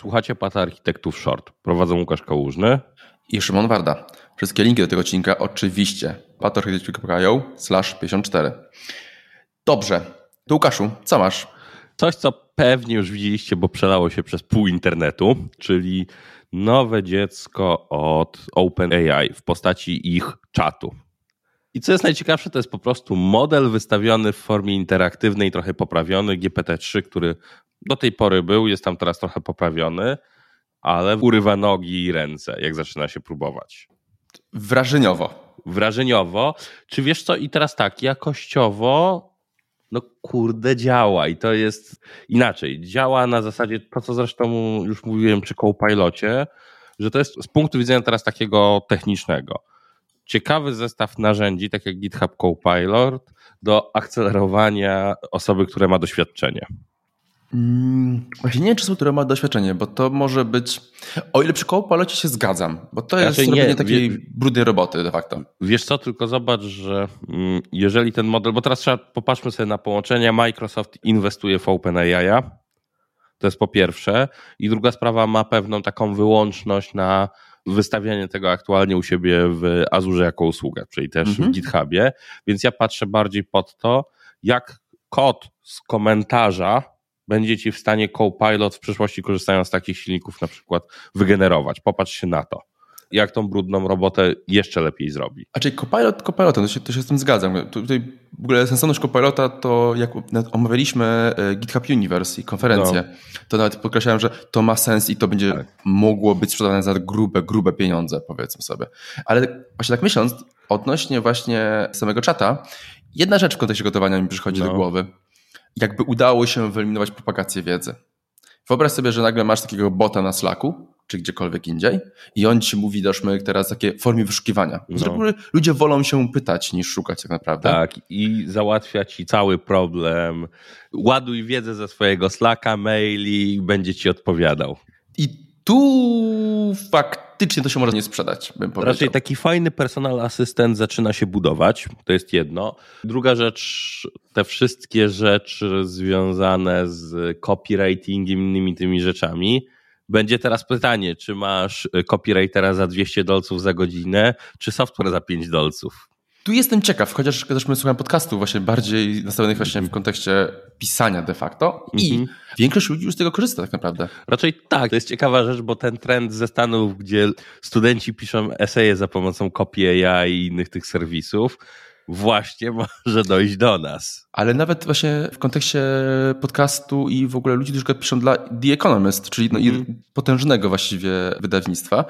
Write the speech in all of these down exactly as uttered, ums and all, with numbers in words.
Słuchacie Pata Architektów Short. Prowadzą Łukasz Kałużny i Szymon Warda. Wszystkie linki do tego odcinka oczywiście patarchitektów.io slash pięćdziesiąt cztery. Dobrze. To Łukaszu, co masz? Coś, co pewnie już widzieliście, bo przelało się przez pół internetu, czyli nowe dziecko od OpenAI w postaci ich czatu. I co jest najciekawsze, to jest po prostu model wystawiony w formie interaktywnej, trochę poprawiony, G P T trzy, który do tej pory był, jest tam teraz trochę poprawiony, ale urywa nogi i ręce, jak zaczyna się próbować. Wrażeniowo. Wrażeniowo. Czy wiesz co? I teraz tak, jakościowo, no kurde, działa i to jest inaczej. Działa na zasadzie to, co zresztą już mówiłem przy Copilocie, że to jest z punktu widzenia teraz takiego technicznego. Ciekawy zestaw narzędzi, tak jak GitHub Copilot, do akcelerowania osoby, która ma doświadczenie. Hmm, właśnie nie wiem, czy są, które ma doświadczenie, bo to może być, o ile przy Copilocie się zgadzam, bo to jest Raczej robienie nie, takiej wie, brudnej roboty de facto. Wiesz co, tylko zobacz, że jeżeli ten model, bo teraz trzeba, popatrzmy sobie na połączenia, Microsoft inwestuje w OpenAI, to jest po pierwsze, i druga sprawa, ma pewną taką wyłączność na wystawianie tego aktualnie u siebie w Azurze jako usługę, czyli też mhm. w GitHubie, więc ja patrzę bardziej pod to, jak kod z komentarza będzie ci w stanie Copilot w przyszłości, korzystając z takich silników, na przykład wygenerować. Popatrz się na to. Jak tą brudną robotę jeszcze lepiej zrobi. A czyli Copilot, Copilotem, to się, to się z tym zgadzam. Tutaj w ogóle sensowność Copilota to jak omawialiśmy GitHub Universe i konferencję, no. to nawet podkreślałem, że to ma sens i to będzie tak. mogło być sprzedawane za grube, grube pieniądze, powiedzmy sobie. Ale właśnie tak myśląc, odnośnie właśnie samego czata, jedna rzecz w kontekście gotowania mi przychodzi no. do głowy. Jakby udało się wyeliminować propagację wiedzy. Wyobraź sobie, że nagle masz takiego bota na Slacku, czy gdziekolwiek indziej i on ci mówi, daszmy teraz takie formie wyszukiwania. Z reguły no. ludzie wolą się pytać niż szukać tak naprawdę. Tak, i załatwia ci cały problem. Ładuj wiedzę ze swojego Slacka, maili i będzie ci odpowiadał. I tu faktycznie to się może nie sprzedać, bym powiedział. Raczej taki fajny personal asystent zaczyna się budować, to jest jedno. Druga rzecz, te wszystkie rzeczy związane z copywritingiem, innymi tymi rzeczami. Będzie teraz pytanie, czy masz copywritera za dwieście dolców za godzinę, czy software za pięć dolców? Tu jestem ciekaw, chociaż też my słucham podcastów właśnie bardziej nastawionych właśnie w kontekście pisania de facto i mm-hmm. większość ludzi już z tego korzysta tak naprawdę. Raczej tak, to jest ciekawa rzecz, bo ten trend ze Stanów, gdzie studenci piszą eseje za pomocą Copy A I i innych tych serwisów, właśnie może dojść do nas. Ale nawet właśnie w kontekście podcastu i w ogóle ludzi, którzy piszą dla The Economist, czyli no mm. potężnego właściwie wydawnictwa,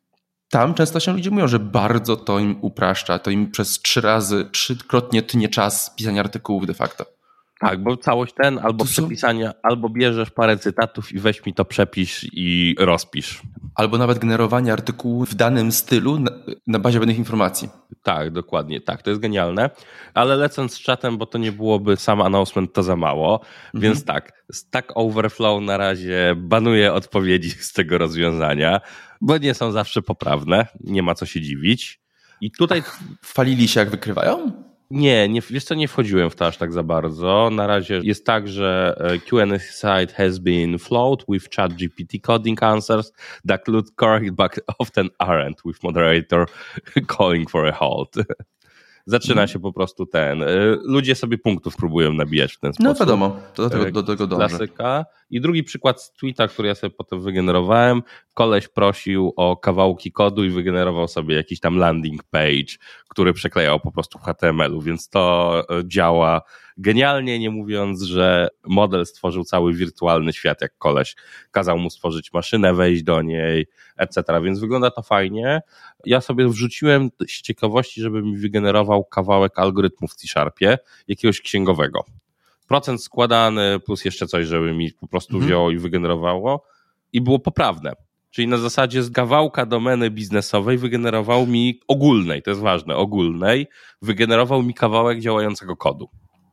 tam często się ludzie mówią, że bardzo to im upraszcza, to im przez trzy razy, trzykrotnie tnie czas pisania artykułów de facto. Tak, bo całość ten albo przepisania, są... albo bierzesz parę cytatów i weź mi to przepisz i rozpisz. Albo nawet generowanie artykułu w danym stylu na, na bazie pewnych informacji. Tak, dokładnie, tak, to jest genialne, ale lecąc z czatem, bo to nie byłoby sam announcement, to za mało, mhm. więc tak, Stack Overflow na razie banuje odpowiedzi z tego rozwiązania, bo nie są zawsze poprawne, nie ma co się dziwić. I tutaj... Ach, chwalili się jak wykrywają? Nie, nie, wiesz co, nie wchodziłem w to aż tak za bardzo. Na razie jest tak, że Q and A site has been flowed with ChatGPT coding answers that look correct but often aren't, with moderator calling for a halt. Zaczyna się po prostu ten... Ludzie sobie punktów próbują nabijać w ten sposób. No wiadomo, do tego, do tego dążę. Klasyka. I drugi przykład z tweeta, który ja sobie potem wygenerowałem. Koleś prosił o kawałki kodu i wygenerował sobie jakiś tam landing page, który przeklejał po prostu w H T M L u, więc to działa genialnie, nie mówiąc, że model stworzył cały wirtualny świat, jak koleś kazał mu stworzyć maszynę, wejść do niej, et cetera. Więc wygląda to fajnie. Ja sobie wrzuciłem z ciekawości, żeby mi wygenerował kawałek algorytmu w C-Sharpie, jakiegoś księgowego. Procent składany plus jeszcze coś, żeby mi po prostu mhm. wzięło i wygenerowało i było poprawne. Czyli na zasadzie z kawałka domeny biznesowej wygenerował mi ogólnej, to jest ważne, ogólnej, wygenerował mi kawałek działającego kodu.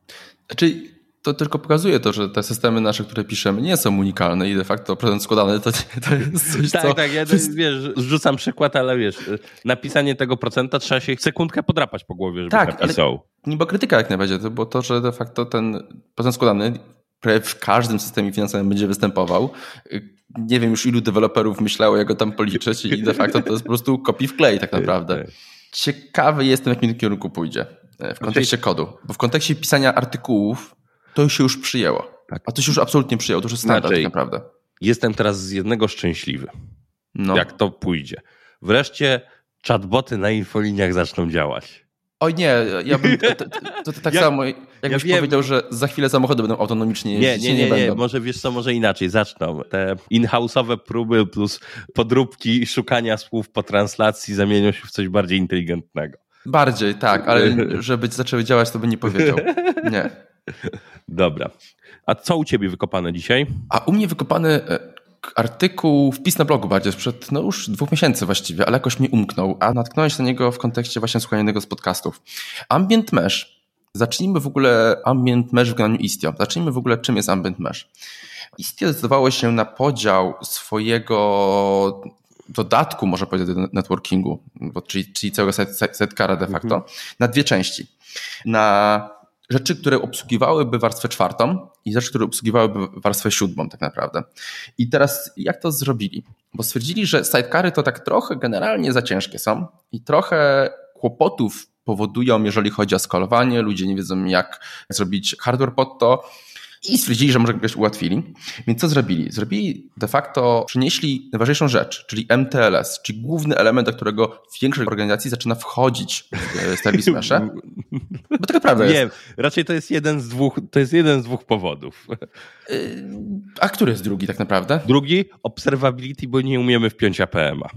Czyli to tylko pokazuje to, że te systemy nasze, które piszemy, nie są unikalne i de facto procent składany to, to jest coś, tak, co... Tak, tak, ja jest... wiesz, rzucam przykład, ale wiesz, napisanie tego procenta trzeba się sekundkę podrapać po głowie, żeby tak, napisał. Ale nie była krytyka jak najbardziej, to było to, że de facto ten procent składany prawie w każdym systemie finansowym będzie występował. Nie wiem już ilu deweloperów myślało, jak go tam policzyć i de facto to jest po prostu copy w klej tak naprawdę. Ciekawy jestem, w jakim kierunku pójdzie w kontekście kodu, bo w kontekście pisania artykułów to się już przyjęło. Tak. A to się już absolutnie przyjęło, to już jest standard znaczy, tak naprawdę. Jestem teraz z jednego szczęśliwy, no. jak to pójdzie. Wreszcie chatboty na infoliniach zaczną działać. Oj nie, ja bym to, to, to, to tak ja, samo, jakbyś ja powiedział, że za chwilę samochody będą autonomicznie jeździć. Nie, nie, nie, nie, nie, nie. może wiesz co, może inaczej, zaczną. Te in-house'owe próby plus podróbki szukania słów po translacji zamienią się w coś bardziej inteligentnego. Bardziej, tak, ale żeby zaczęły działać, to by nie powiedział. Nie. Dobra. A co u ciebie wykopane dzisiaj? A u mnie wykopany artykuł, wpis na blogu bardziej sprzed no już dwóch miesięcy właściwie, ale jakoś mi umknął, a natknąłem się na niego w kontekście właśnie słuchania jednego z podcastów. Ambient Mesh. Zacznijmy w ogóle Ambient Mesh w wykonaniu Istio. Zacznijmy w ogóle, czym jest Ambient Mesh. Istio zdecydowało się na podział swojego dodatku, można powiedzieć, do networkingu, czyli, czyli całego sidecara de facto, mhm. na dwie części. Na rzeczy, które obsługiwałyby warstwę czwartą i rzeczy, które obsługiwałyby warstwę siódmą tak naprawdę. I teraz jak to zrobili? Bo stwierdzili, że sidecary to tak trochę generalnie za ciężkie są i trochę kłopotów powodują, jeżeli chodzi o skalowanie. Ludzie nie wiedzą, jak zrobić hardware pod to i stwierdzili, że może kogoś ułatwili. Więc co zrobili? Zrobili de facto, przynieśli najważniejszą rzecz, czyli M T L S, czyli główny element, do którego większość organizacji zaczyna wchodzić w Service Meshe. Bo tak naprawdę nie, jest. raczej to jest jeden z dwóch, to jest jeden z dwóch powodów. A który jest drugi tak naprawdę? Drugi, observability, bo nie umiemy wpiąć A P M a.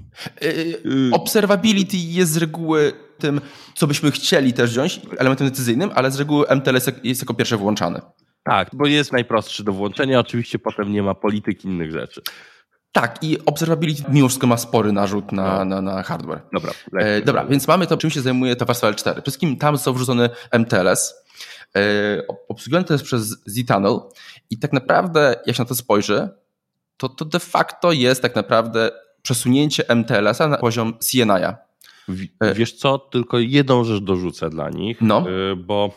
Observability jest z reguły tym, co byśmy chcieli też wziąć, elementem decyzyjnym, ale z reguły M T L S jest jako pierwsze włączany. Tak, bo jest najprostszy do włączenia, oczywiście potem nie ma polityk innych rzeczy. Tak, i observability mimo wszystko ma spory narzut na, no. na, na hardware. Dobra, e, dobra, więc mamy to, czym się zajmuje ta warstwa L cztery. Przede wszystkim tam został wrzucony M T L S. E, obsługiwany to jest przez Z-Tunnel i tak naprawdę, jak się na to spojrzy, to, to de facto jest tak naprawdę przesunięcie M T L S a na poziom C N I a. W, wiesz co, tylko jedną rzecz dorzucę dla nich, no. bo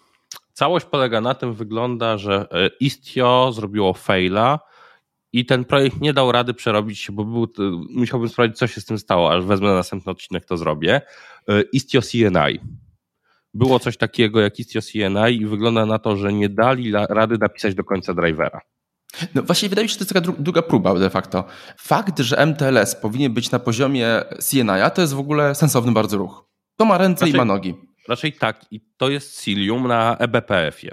całość polega na tym, wygląda, że Istio zrobiło faila i ten projekt nie dał rady przerobić się, bo był, musiałbym sprawdzić, co się z tym stało, aż wezmę na następny odcinek, to zrobię. Istio C N I. Było coś takiego jak Istio C N I i wygląda na to, że nie dali rady napisać do końca drivera. No właśnie wydaje mi się, że to jest taka druga próba de facto. Fakt, że M T L S powinien być na poziomie C N I a, to jest w ogóle sensowny bardzo ruch. To ma ręce raczej, i ma nogi. Raczej tak i to jest Cilium na E B P F ie.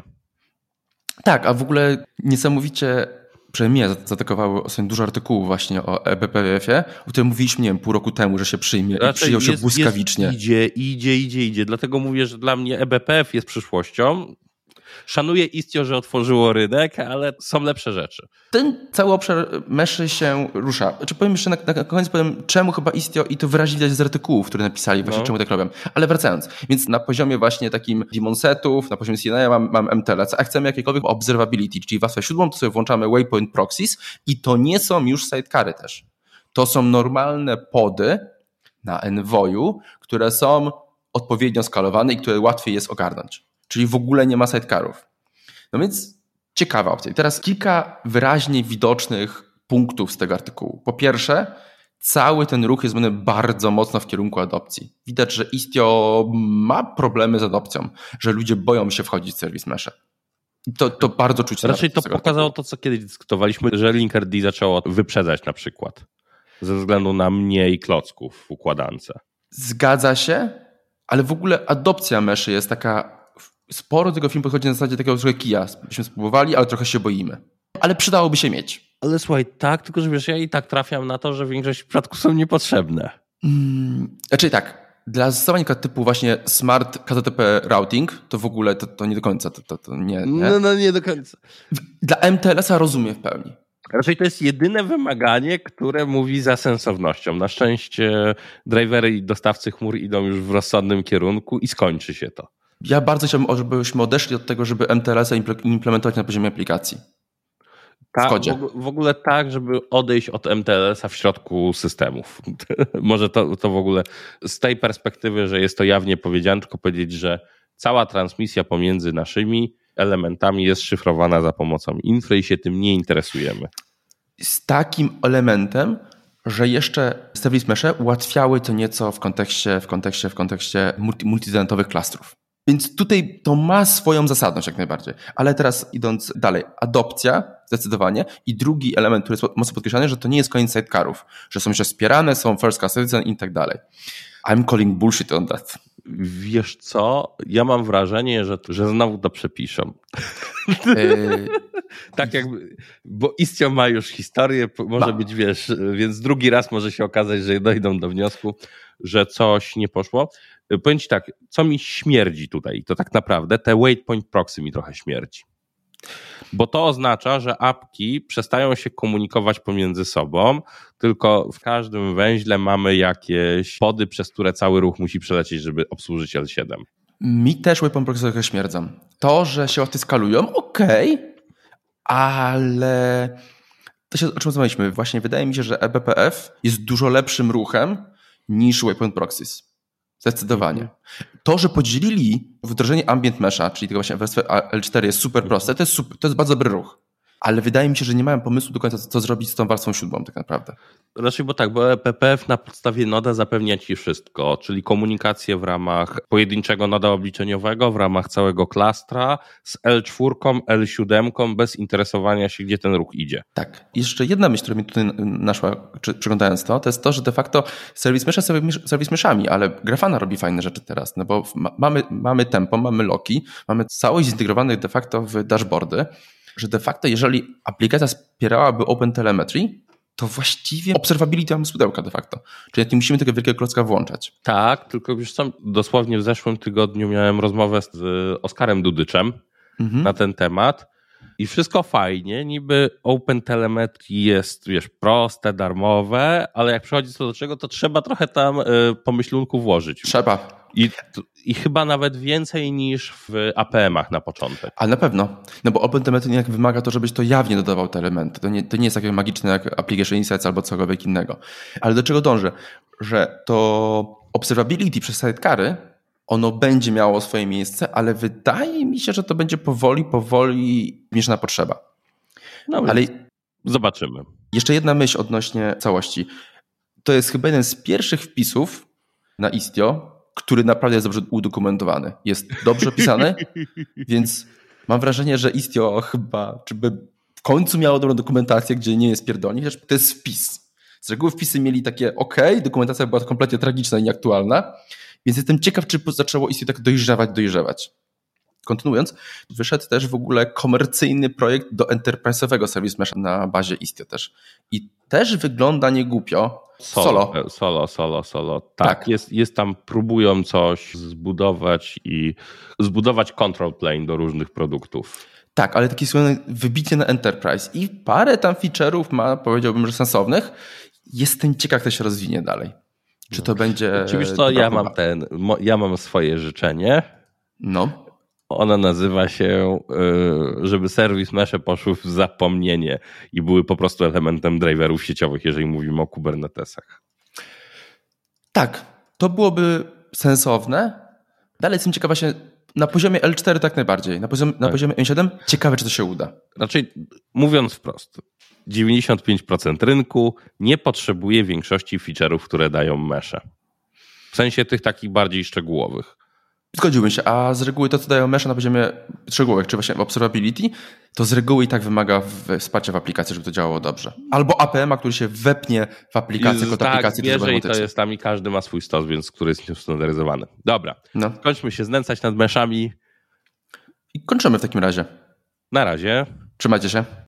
Tak, a w ogóle niesamowicie przynajmniej mnie zaatakowały ostatnio dużo artykułów właśnie o E B P F ie, o którym mówiliśmy, nie wiem, pół roku temu, że się przyjmie raczej i przyjął się jest, błyskawicznie. Jest, idzie, idzie, idzie, idzie. Dlatego mówię, że dla mnie E B P F jest przyszłością. Szanuję Istio, że otworzyło rynek, ale są lepsze rzeczy. Ten cały obszar meszy się rusza. Znaczy powiem jeszcze na, na koniec, powiem czemu chyba Istio i to wyraźnie widać z artykułów, które napisali, właśnie no. czemu tak robią. Ale wracając, więc na poziomie właśnie takim daemon setów, na poziomie C N I a mam, mam M T L S, a chcemy jakiekolwiek observability, czyli warstwę siódmą, to sobie włączamy waypoint proxies i to nie są już sidecary też. To są normalne pody na Envoyu, które są odpowiednio skalowane i które łatwiej jest ogarnąć. Czyli w ogóle nie ma sidecarów. No więc ciekawa opcja. I teraz kilka wyraźnie widocznych punktów z tego artykułu. Po pierwsze, cały ten ruch jest zrobiony bardzo mocno w kierunku adopcji. Widać, że Istio ma problemy z adopcją, że ludzie boją się wchodzić w Service Meshe. I to, to bardzo czuć. Raczej to pokazało to, co kiedyś dyskutowaliśmy, że Linkerd zaczęło wyprzedzać na przykład ze względu na mniej klocków w układance. Zgadza się, ale w ogóle adopcja meszy jest taka. Sporo tego filmu podchodzi na zasadzie takiego trochę kija. Byśmy spróbowali, ale trochę się boimy. Ale przydałoby się mieć. Ale słuchaj, tak, tylko że wiesz, ja i tak trafiam na to, że większość przypadków są niepotrzebne. Hmm, znaczy tak, dla zastosowań typu właśnie smart K T P routing, to w ogóle to, to nie do końca. To, to, to nie, nie. No, no nie do końca. Dla M T L S a rozumiem w pełni. Raczej to jest jedyne wymaganie, które mówi za sensownością. Na szczęście drivery i dostawcy chmur idą już w rozsądnym kierunku i skończy się to. Ja bardzo chciałbym, żebyśmy odeszli od tego, żeby M T L S a implementować na poziomie aplikacji. Ta, w kodzie. W, w ogóle tak, żeby odejść od M T L S a w środku systemów. Może to, to w ogóle z tej perspektywy, że jest to jawnie powiedziane, tylko powiedzieć, że cała transmisja pomiędzy naszymi elementami jest szyfrowana za pomocą infry i się tym nie interesujemy. Z takim elementem, że jeszcze service meshe ułatwiały to nieco w kontekście, w kontekście, w kontekście multi, multitenantowych klastrów. Więc tutaj to ma swoją zasadność jak najbardziej. Ale teraz idąc dalej, adopcja zdecydowanie i drugi element, który jest mocno podkreślany, że to nie jest koniec sidecarów, że są jeszcze wspierane, są first class citizen i tak dalej. I'm calling bullshit on that. Wiesz co? Ja mam wrażenie, że, że znowu to przepiszą. Yy... tak jakby, bo Istio ma już historię, może ma. być, wiesz, więc drugi raz może się okazać, że dojdą do wniosku, że coś nie poszło. Powiem ci tak, co mi śmierdzi tutaj, to tak naprawdę te waypoint proxy mi trochę śmierdzi. Bo to oznacza, że apki przestają się komunikować pomiędzy sobą, tylko w każdym węźle mamy jakieś pody, przez które cały ruch musi przelecieć, żeby obsłużyć L siedem. Mi też waypoint proxy trochę śmierdzą. To, że się łatwiej skalują, okej, okay, ale to się o czym rozmawialiśmy. Właśnie wydaje mi się, że E B P F jest dużo lepszym ruchem niż waypoint proxies. Zdecydowanie. To, że podzielili wdrożenie ambient mesha, czyli tego właśnie wersję L cztery jest super proste, to jest, super, to jest bardzo dobry ruch. Ale wydaje mi się, że nie mają pomysłu do końca, co zrobić z tą warstwą siódmą tak naprawdę. Raczej, bo tak, bo P P F na podstawie noda zapewnia ci wszystko, czyli komunikację w ramach pojedynczego noda obliczeniowego, w ramach całego klastra z L cztery, L siedem, bez interesowania się, gdzie ten ruch idzie. Tak. I jeszcze jedna myśl, która mi tutaj naszła, czy, przeglądając to, to jest to, że de facto serwis mesha serwis meshami, ale Grafana robi fajne rzeczy teraz, no bo ma, mamy, mamy tempo, mamy loki, mamy całość zintegrowanych de facto w dashboardy, że de facto jeżeli aplikacja wspierałaby OpenTelemetry, to właściwie observability mamy z pudełka de facto. Czyli nie musimy tego wielkiego klocka włączać. Tak, tylko wiesz co, dosłownie w zeszłym tygodniu miałem rozmowę z Oskarem Dudyczem mhm. na ten temat i wszystko fajnie, niby OpenTelemetry jest, wiesz, proste, darmowe, ale jak przychodzi co do czego, to trzeba trochę tam y, pomyślunku włożyć. Trzeba. I, I chyba nawet więcej niż w A P M ach na początek. Ale na pewno, no bo OpenTelemetry niejak wymaga to, żebyś to jawnie dodawał te elementy. To nie, to nie jest takie magiczne jak Application Insights albo cokolwiek innego. Ale do czego dążę? Że to observability przez sidecary, ono będzie miało swoje miejsce, ale wydaje mi się, że to będzie powoli, powoli zmniejszona potrzeba. No ale zobaczymy. Jeszcze jedna myśl odnośnie całości. To jest chyba jeden z pierwszych wpisów na Istio, który naprawdę jest dobrze udokumentowany. Jest dobrze pisany, więc mam wrażenie, że Istio chyba, czy by w końcu miało dobrą dokumentację, gdzie nie jest pierdolnik, chociaż to jest wpis. Z reguły wpisy mieli takie ok, dokumentacja była kompletnie tragiczna i nieaktualna, więc jestem ciekaw, czy zaczęło Istio tak dojrzewać, dojrzewać. Kontynuując, wyszedł też w ogóle komercyjny projekt do enterprise'owego service mesha na bazie Istio też. I też wygląda niegłupio. Solo. Solo, solo, solo. solo. Tak, tak. Jest, jest tam, próbują coś zbudować i zbudować control plane do różnych produktów. Tak, ale taki słynny wybicie na enterprise i parę tam feature'ów ma, powiedziałbym, że sensownych. Jestem ciekaw, jak to się rozwinie dalej. Czy to będzie... Czy wiesz co, ja mam ten, ja mam swoje życzenie. No. Ona nazywa się, żeby serwis mesze poszły w zapomnienie i były po prostu elementem driverów sieciowych, jeżeli mówimy o Kubernetesach. Tak, to byłoby sensowne. Dalej jestem ciekawa się, na poziomie L cztery tak najbardziej, na poziomie, na poziomie M siedem ciekawe, czy to się uda. Raczej mówiąc wprost, dziewięćdziesiąt pięć procent rynku nie potrzebuje większości feature'ów, które dają mesze. W sensie tych takich bardziej szczegółowych. Zgodziłbym się, a z reguły to, co dają mesze na poziomie szczegółowych, czy właśnie observability, to z reguły i tak wymaga wsparcia w aplikacji, żeby to działało dobrze. Albo A P M a, który się wepnie w aplikację, kod tak, aplikacji. Bierze i to jest tam i każdy ma swój stos, więc który jest nieustandaryzowany. Dobra, no. Kończmy się znęcać nad meszami. I kończymy w takim razie. Na razie. Trzymajcie się.